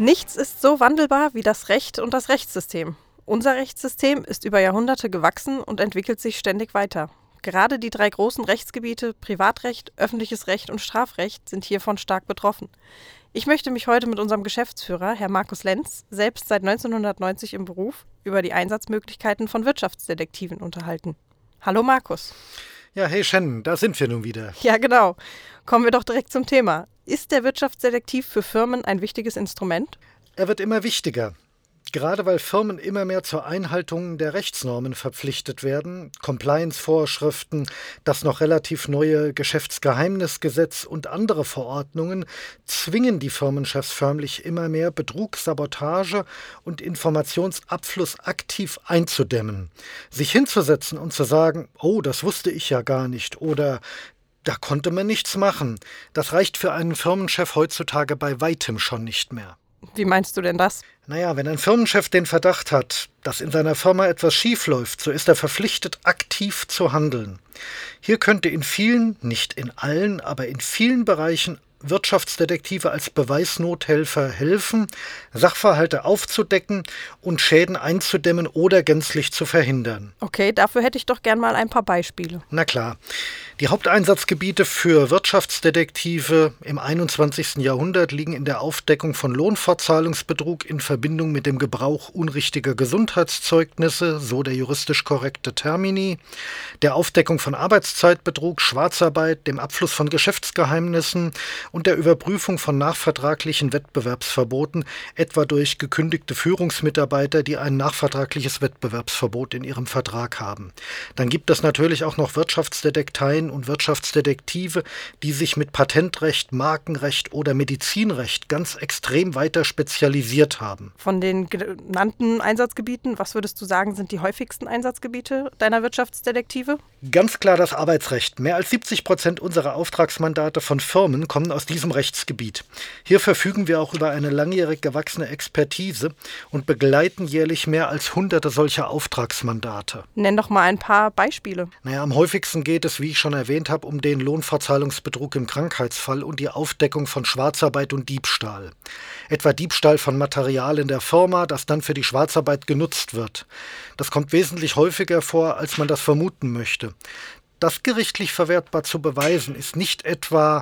Nichts ist so wandelbar wie das Recht und das Rechtssystem. Unser Rechtssystem ist über Jahrhunderte gewachsen und entwickelt sich ständig weiter. Gerade die 3 großen Rechtsgebiete Privatrecht, öffentliches Recht und Strafrecht sind hiervon stark betroffen. Ich möchte mich heute mit unserem Geschäftsführer, Herr Markus Lenz, selbst seit 1990 im Beruf, über die Einsatzmöglichkeiten von Wirtschaftsdetektiven unterhalten. Hallo Markus. Ja, hey Shannon, da sind wir nun wieder. Ja, genau. Kommen wir doch direkt zum Thema. Ist der Wirtschaftsdetektiv für Firmen ein wichtiges Instrument? Er wird immer wichtiger. Gerade weil Firmen immer mehr zur Einhaltung der Rechtsnormen verpflichtet werden, Compliance-Vorschriften, das noch relativ neue Geschäftsgeheimnisgesetz und andere Verordnungen zwingen die Firmenchefs förmlich immer mehr, Betrug, Sabotage und Informationsabfluss aktiv einzudämmen. Sich hinzusetzen und zu sagen, oh, das wusste ich ja gar nicht oder da konnte man nichts machen, das reicht für einen Firmenchef heutzutage bei weitem schon nicht mehr. Wie meinst du denn das? Naja, wenn ein Firmenchef den Verdacht hat, dass in seiner Firma etwas schief läuft, so ist er verpflichtet, aktiv zu handeln. Hier könnte in vielen, nicht in allen, aber in vielen Bereichen Wirtschaftsdetektive als Beweisnothelfer helfen, Sachverhalte aufzudecken und Schäden einzudämmen oder gänzlich zu verhindern. Okay, dafür hätte ich doch gern mal ein paar Beispiele. Na klar. Die Haupteinsatzgebiete für Wirtschaftsdetektive im 21. Jahrhundert liegen in der Aufdeckung von Lohnfortzahlungsbetrug in Verbindung mit dem Gebrauch unrichtiger Gesundheitszeugnisse, so der juristisch korrekte Termini, der Aufdeckung von Arbeitszeitbetrug, Schwarzarbeit, dem Abfluss von Geschäftsgeheimnissen und der Überprüfung von nachvertraglichen Wettbewerbsverboten, etwa durch gekündigte Führungsmitarbeiter, die ein nachvertragliches Wettbewerbsverbot in ihrem Vertrag haben. Dann gibt es natürlich auch noch Wirtschaftsdetekteien und Wirtschaftsdetektive, die sich mit Patentrecht, Markenrecht oder Medizinrecht ganz extrem weiter spezialisiert haben. Von den genannten Einsatzgebieten, was würdest du sagen, sind die häufigsten Einsatzgebiete deiner Wirtschaftsdetektive? Ganz klar das Arbeitsrecht. Mehr als 70% unserer Auftragsmandate von Firmen kommen aus diesem Rechtsgebiet. Hier verfügen wir auch über eine langjährig gewachsene Expertise und begleiten jährlich mehr als hunderte solcher Auftragsmandate. Nenn doch mal ein paar Beispiele. Naja, am häufigsten geht es, wie ich schon erwähnt habe, um den Lohnfortzahlungsbetrug im Krankheitsfall und die Aufdeckung von Schwarzarbeit und Diebstahl. Etwa Diebstahl von Material in der Firma, das dann für die Schwarzarbeit genutzt wird. Das kommt wesentlich häufiger vor, als man das vermuten möchte. Das gerichtlich verwertbar zu beweisen, ist nicht etwa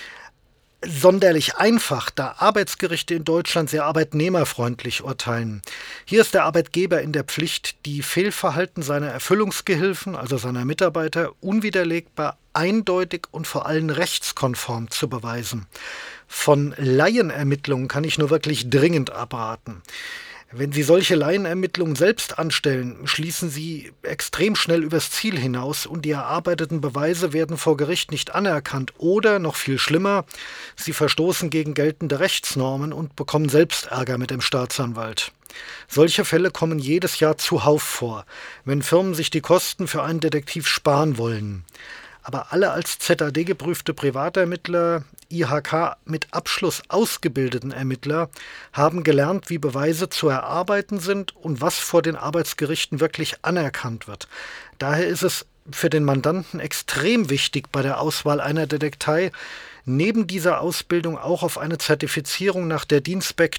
sonderlich einfach, da Arbeitsgerichte in Deutschland sehr arbeitnehmerfreundlich urteilen. Hier ist der Arbeitgeber in der Pflicht, die Fehlverhalten seiner Erfüllungsgehilfen, also seiner Mitarbeiter, unwiderlegbar, eindeutig und vor allem rechtskonform zu beweisen. Von Laienermittlungen kann ich nur wirklich dringend abraten. Wenn Sie solche Laienermittlungen selbst anstellen, schließen Sie extrem schnell übers Ziel hinaus und die erarbeiteten Beweise werden vor Gericht nicht anerkannt oder, noch viel schlimmer, Sie verstoßen gegen geltende Rechtsnormen und bekommen selbst Ärger mit dem Staatsanwalt. Solche Fälle kommen jedes Jahr zuhauf vor, wenn Firmen sich die Kosten für einen Detektiv sparen wollen. Aber alle als ZAD geprüfte Privatermittler, IHK mit Abschluss ausgebildeten Ermittler haben gelernt, wie Beweise zu erarbeiten sind und was vor den Arbeitsgerichten wirklich anerkannt wird. Daher ist es für den Mandanten extrem wichtig, bei der Auswahl einer Detektei neben dieser Ausbildung auch auf eine Zertifizierung nach der DIN-Spec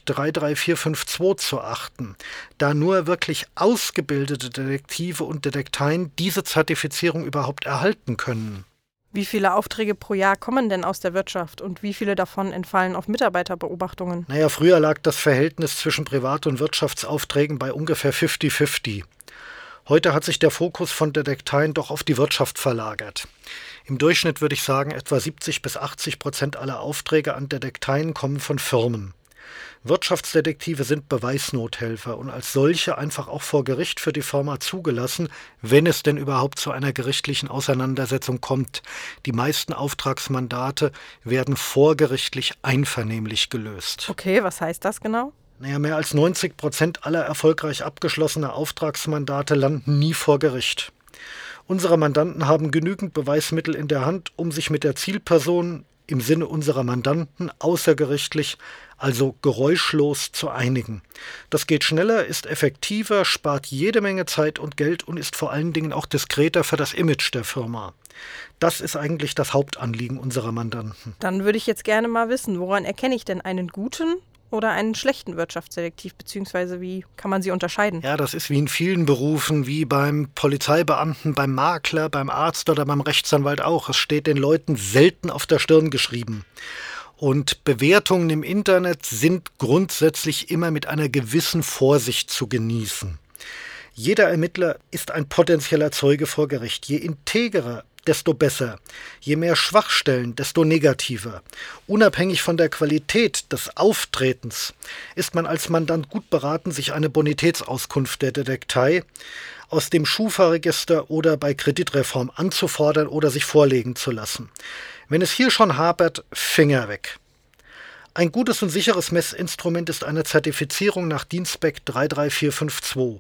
33452 zu achten, da nur wirklich ausgebildete Detektive und Detekteien diese Zertifizierung überhaupt erhalten können. Wie viele Aufträge pro Jahr kommen denn aus der Wirtschaft und wie viele davon entfallen auf Mitarbeiterbeobachtungen? Naja, früher lag das Verhältnis zwischen Privat- und Wirtschaftsaufträgen bei ungefähr 50-50. Heute hat sich der Fokus von Detekteien doch auf die Wirtschaft verlagert. Im Durchschnitt würde ich sagen, etwa 70-80% aller Aufträge an Detekteien kommen von Firmen. Wirtschaftsdetektive sind Beweisnothelfer und als solche einfach auch vor Gericht für die Firma zugelassen, wenn es denn überhaupt zu einer gerichtlichen Auseinandersetzung kommt. Die meisten Auftragsmandate werden vorgerichtlich einvernehmlich gelöst. Okay, was heißt das genau? Naja, mehr als 90% aller erfolgreich abgeschlossener Auftragsmandate landen nie vor Gericht. Unsere Mandanten haben genügend Beweismittel in der Hand, um sich mit der Zielperson im Sinne unserer Mandanten außergerichtlich, also geräuschlos, zu einigen. Das geht schneller, ist effektiver, spart jede Menge Zeit und Geld und ist vor allen Dingen auch diskreter für das Image der Firma. Das ist eigentlich das Hauptanliegen unserer Mandanten. Dann würde ich jetzt gerne mal wissen, woran erkenne ich denn einen guten oder einen schlechten Wirtschaftsdetektiv, beziehungsweise wie kann man sie unterscheiden? Ja, das ist wie in vielen Berufen, wie beim Polizeibeamten, beim Makler, beim Arzt oder beim Rechtsanwalt auch. Es steht den Leuten selten auf der Stirn geschrieben. Und Bewertungen im Internet sind grundsätzlich immer mit einer gewissen Vorsicht zu genießen. Jeder Ermittler ist ein potenzieller Zeuge vor Gericht. Je integerer, desto besser. Je mehr Schwachstellen, desto negativer. Unabhängig von der Qualität des Auftretens ist man als Mandant gut beraten, sich eine Bonitätsauskunft der Detektei aus dem Schufa-Register oder bei Kreditreform anzufordern oder sich vorlegen zu lassen. Wenn es hier schon hapert, Finger weg. Ein gutes und sicheres Messinstrument ist eine Zertifizierung nach DIN-Spec 33452.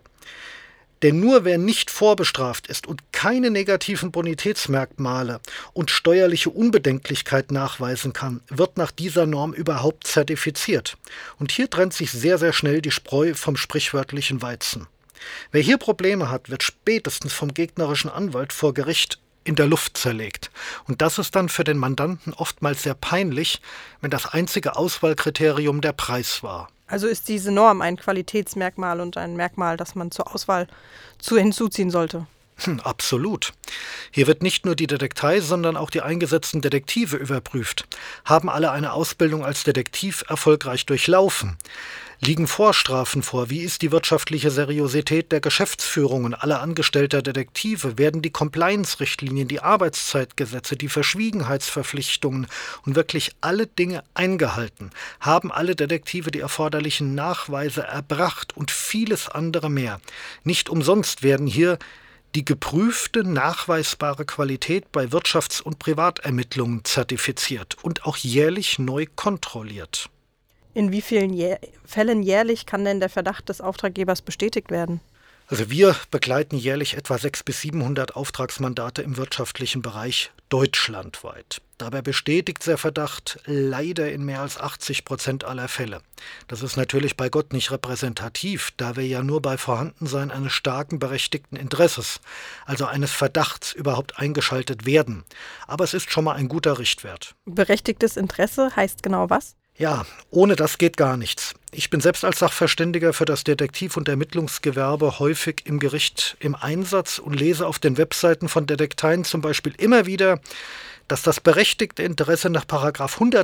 Denn nur wer nicht vorbestraft ist und keine negativen Bonitätsmerkmale und steuerliche Unbedenklichkeit nachweisen kann, wird nach dieser Norm überhaupt zertifiziert. Und hier trennt sich sehr, sehr schnell die Spreu vom sprichwörtlichen Weizen. Wer hier Probleme hat, wird spätestens vom gegnerischen Anwalt vor Gericht in der Luft zerlegt. Und das ist dann für den Mandanten oftmals sehr peinlich, wenn das einzige Auswahlkriterium der Preis war. Also ist diese Norm ein Qualitätsmerkmal und ein Merkmal, das man zur Auswahl hinzuziehen sollte? Absolut. Hier wird nicht nur die Detektei, sondern auch die eingesetzten Detektive überprüft. Haben alle eine Ausbildung als Detektiv erfolgreich durchlaufen? Liegen Vorstrafen vor? Wie ist die wirtschaftliche Seriosität der Geschäftsführungen aller angestellter Detektive? Werden die Compliance-Richtlinien, die Arbeitszeitgesetze, die Verschwiegenheitsverpflichtungen und wirklich alle Dinge eingehalten? Haben alle Detektive die erforderlichen Nachweise erbracht und vieles andere mehr? Nicht umsonst werden hier die geprüfte, nachweisbare Qualität bei Wirtschafts- und Privatermittlungen zertifiziert und auch jährlich neu kontrolliert. In wie vielen Fällen jährlich kann denn der Verdacht des Auftraggebers bestätigt werden? Also wir begleiten jährlich etwa 600 bis 700 Auftragsmandate im wirtschaftlichen Bereich deutschlandweit. Dabei bestätigt der Verdacht leider in mehr als 80% aller Fälle. Das ist natürlich bei Gott nicht repräsentativ, da wir ja nur bei Vorhandensein eines starken berechtigten Interesses, also eines Verdachts, überhaupt eingeschaltet werden. Aber es ist schon mal ein guter Richtwert. Berechtigtes Interesse heißt genau was? Ja, ohne das geht gar nichts. Ich bin selbst als Sachverständiger für das Detektiv- und Ermittlungsgewerbe häufig im Gericht im Einsatz und lese auf den Webseiten von Detekteien zum Beispiel immer wieder, dass das berechtigte Interesse nach §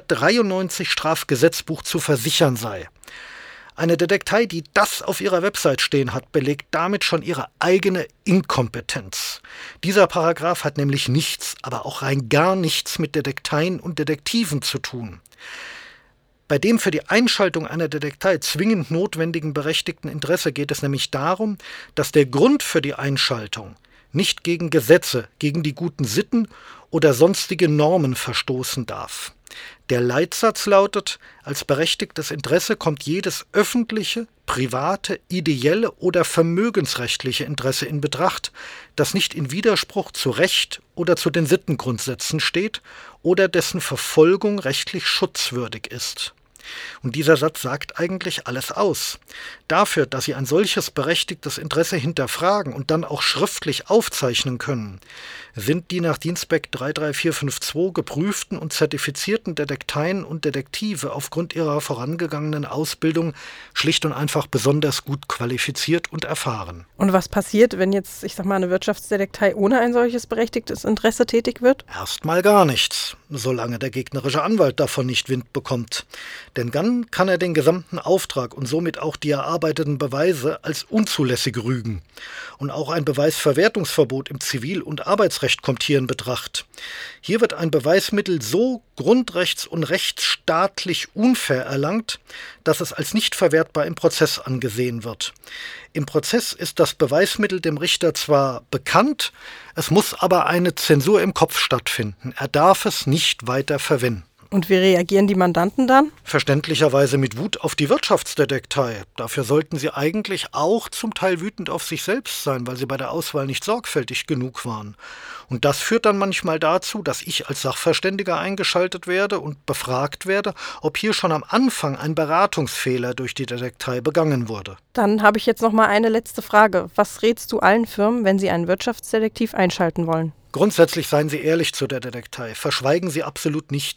193 Strafgesetzbuch zu versichern sei. Eine Detektei, die das auf ihrer Website stehen hat, belegt damit schon ihre eigene Inkompetenz. Dieser Paragraph hat nämlich nichts, aber auch rein gar nichts mit Detekteien und Detektiven zu tun. Bei dem für die Einschaltung einer Detektei zwingend notwendigen berechtigten Interesse geht es nämlich darum, dass der Grund für die Einschaltung nicht gegen Gesetze, gegen die guten Sitten oder sonstige Normen verstoßen darf. Der Leitsatz lautet: Als berechtigtes Interesse kommt jedes öffentliche, private, ideelle oder vermögensrechtliche Interesse in Betracht, das nicht in Widerspruch zu Recht oder zu den Sittengrundsätzen steht oder dessen Verfolgung rechtlich schutzwürdig ist. Und dieser Satz sagt eigentlich alles aus. Dafür, dass Sie ein solches berechtigtes Interesse hinterfragen und dann auch schriftlich aufzeichnen können, sind die nach DIN-Spec 33452 geprüften und zertifizierten Detekteien und Detektive aufgrund ihrer vorangegangenen Ausbildung schlicht und einfach besonders gut qualifiziert und erfahren. Und was passiert, wenn jetzt, eine Wirtschaftsdetektei ohne ein solches berechtigtes Interesse tätig wird? Erstmal gar nichts, solange der gegnerische Anwalt davon nicht Wind bekommt. Denn dann kann er den gesamten Auftrag und somit auch die erarbeiteten Beweise als unzulässig rügen. Und auch ein Beweisverwertungsverbot im Zivil- und Arbeitsrecht kommt hier in Betracht. Hier wird ein Beweismittel so grundrechts- und rechtsstaatlich unfair erlangt, dass es als nicht verwertbar im Prozess angesehen wird. Im Prozess ist das Beweismittel dem Richter zwar bekannt, es muss aber eine Zensur im Kopf stattfinden. Er darf es nicht weiter verwenden. Und wie reagieren die Mandanten dann? Verständlicherweise mit Wut auf die Wirtschaftsdetektei. Dafür sollten sie eigentlich auch zum Teil wütend auf sich selbst sein, weil sie bei der Auswahl nicht sorgfältig genug waren. Und das führt dann manchmal dazu, dass ich als Sachverständiger eingeschaltet werde und befragt werde, ob hier schon am Anfang ein Beratungsfehler durch die Detektei begangen wurde. Dann habe ich jetzt noch mal eine letzte Frage. Was rätst du allen Firmen, wenn sie einen Wirtschaftsdetektiv einschalten wollen? Grundsätzlich seien Sie ehrlich zu der Detektei. Verschweigen Sie absolut nichts.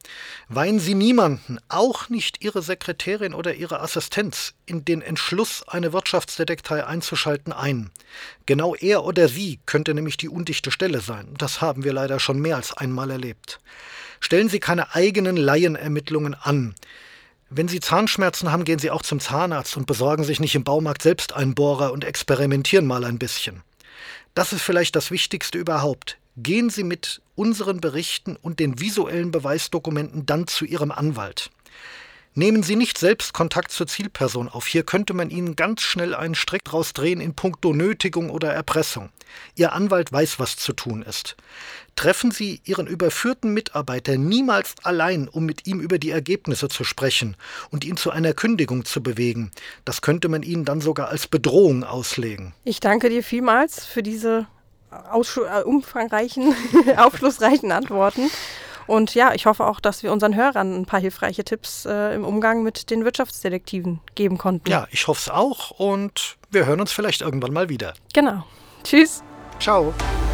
Weihen Sie niemanden, auch nicht Ihre Sekretärin oder Ihre Assistenz, in den Entschluss, eine Wirtschaftsdetektei einzuschalten, ein. Genau er oder sie könnte nämlich die undichte Stelle sein. Das haben wir leider schon mehr als einmal erlebt. Stellen Sie keine eigenen Laienermittlungen an. Wenn Sie Zahnschmerzen haben, gehen Sie auch zum Zahnarzt und besorgen sich nicht im Baumarkt selbst einen Bohrer und experimentieren mal ein bisschen. Das ist vielleicht das Wichtigste überhaupt. Gehen Sie mit unseren Berichten und den visuellen Beweisdokumenten dann zu Ihrem Anwalt. Nehmen Sie nicht selbst Kontakt zur Zielperson auf. Hier könnte man Ihnen ganz schnell einen Strick draus drehen in puncto Nötigung oder Erpressung. Ihr Anwalt weiß, was zu tun ist. Treffen Sie Ihren überführten Mitarbeiter niemals allein, um mit ihm über die Ergebnisse zu sprechen und ihn zu einer Kündigung zu bewegen. Das könnte man Ihnen dann sogar als Bedrohung auslegen. Ich danke dir vielmals für diese umfangreichen, aufschlussreichen Antworten. Und ja, ich hoffe auch, dass wir unseren Hörern ein paar hilfreiche Tipps im Umgang mit den Wirtschaftsdetektiven geben konnten. Ja, ich hoffe es auch und wir hören uns vielleicht irgendwann mal wieder. Genau. Tschüss. Ciao.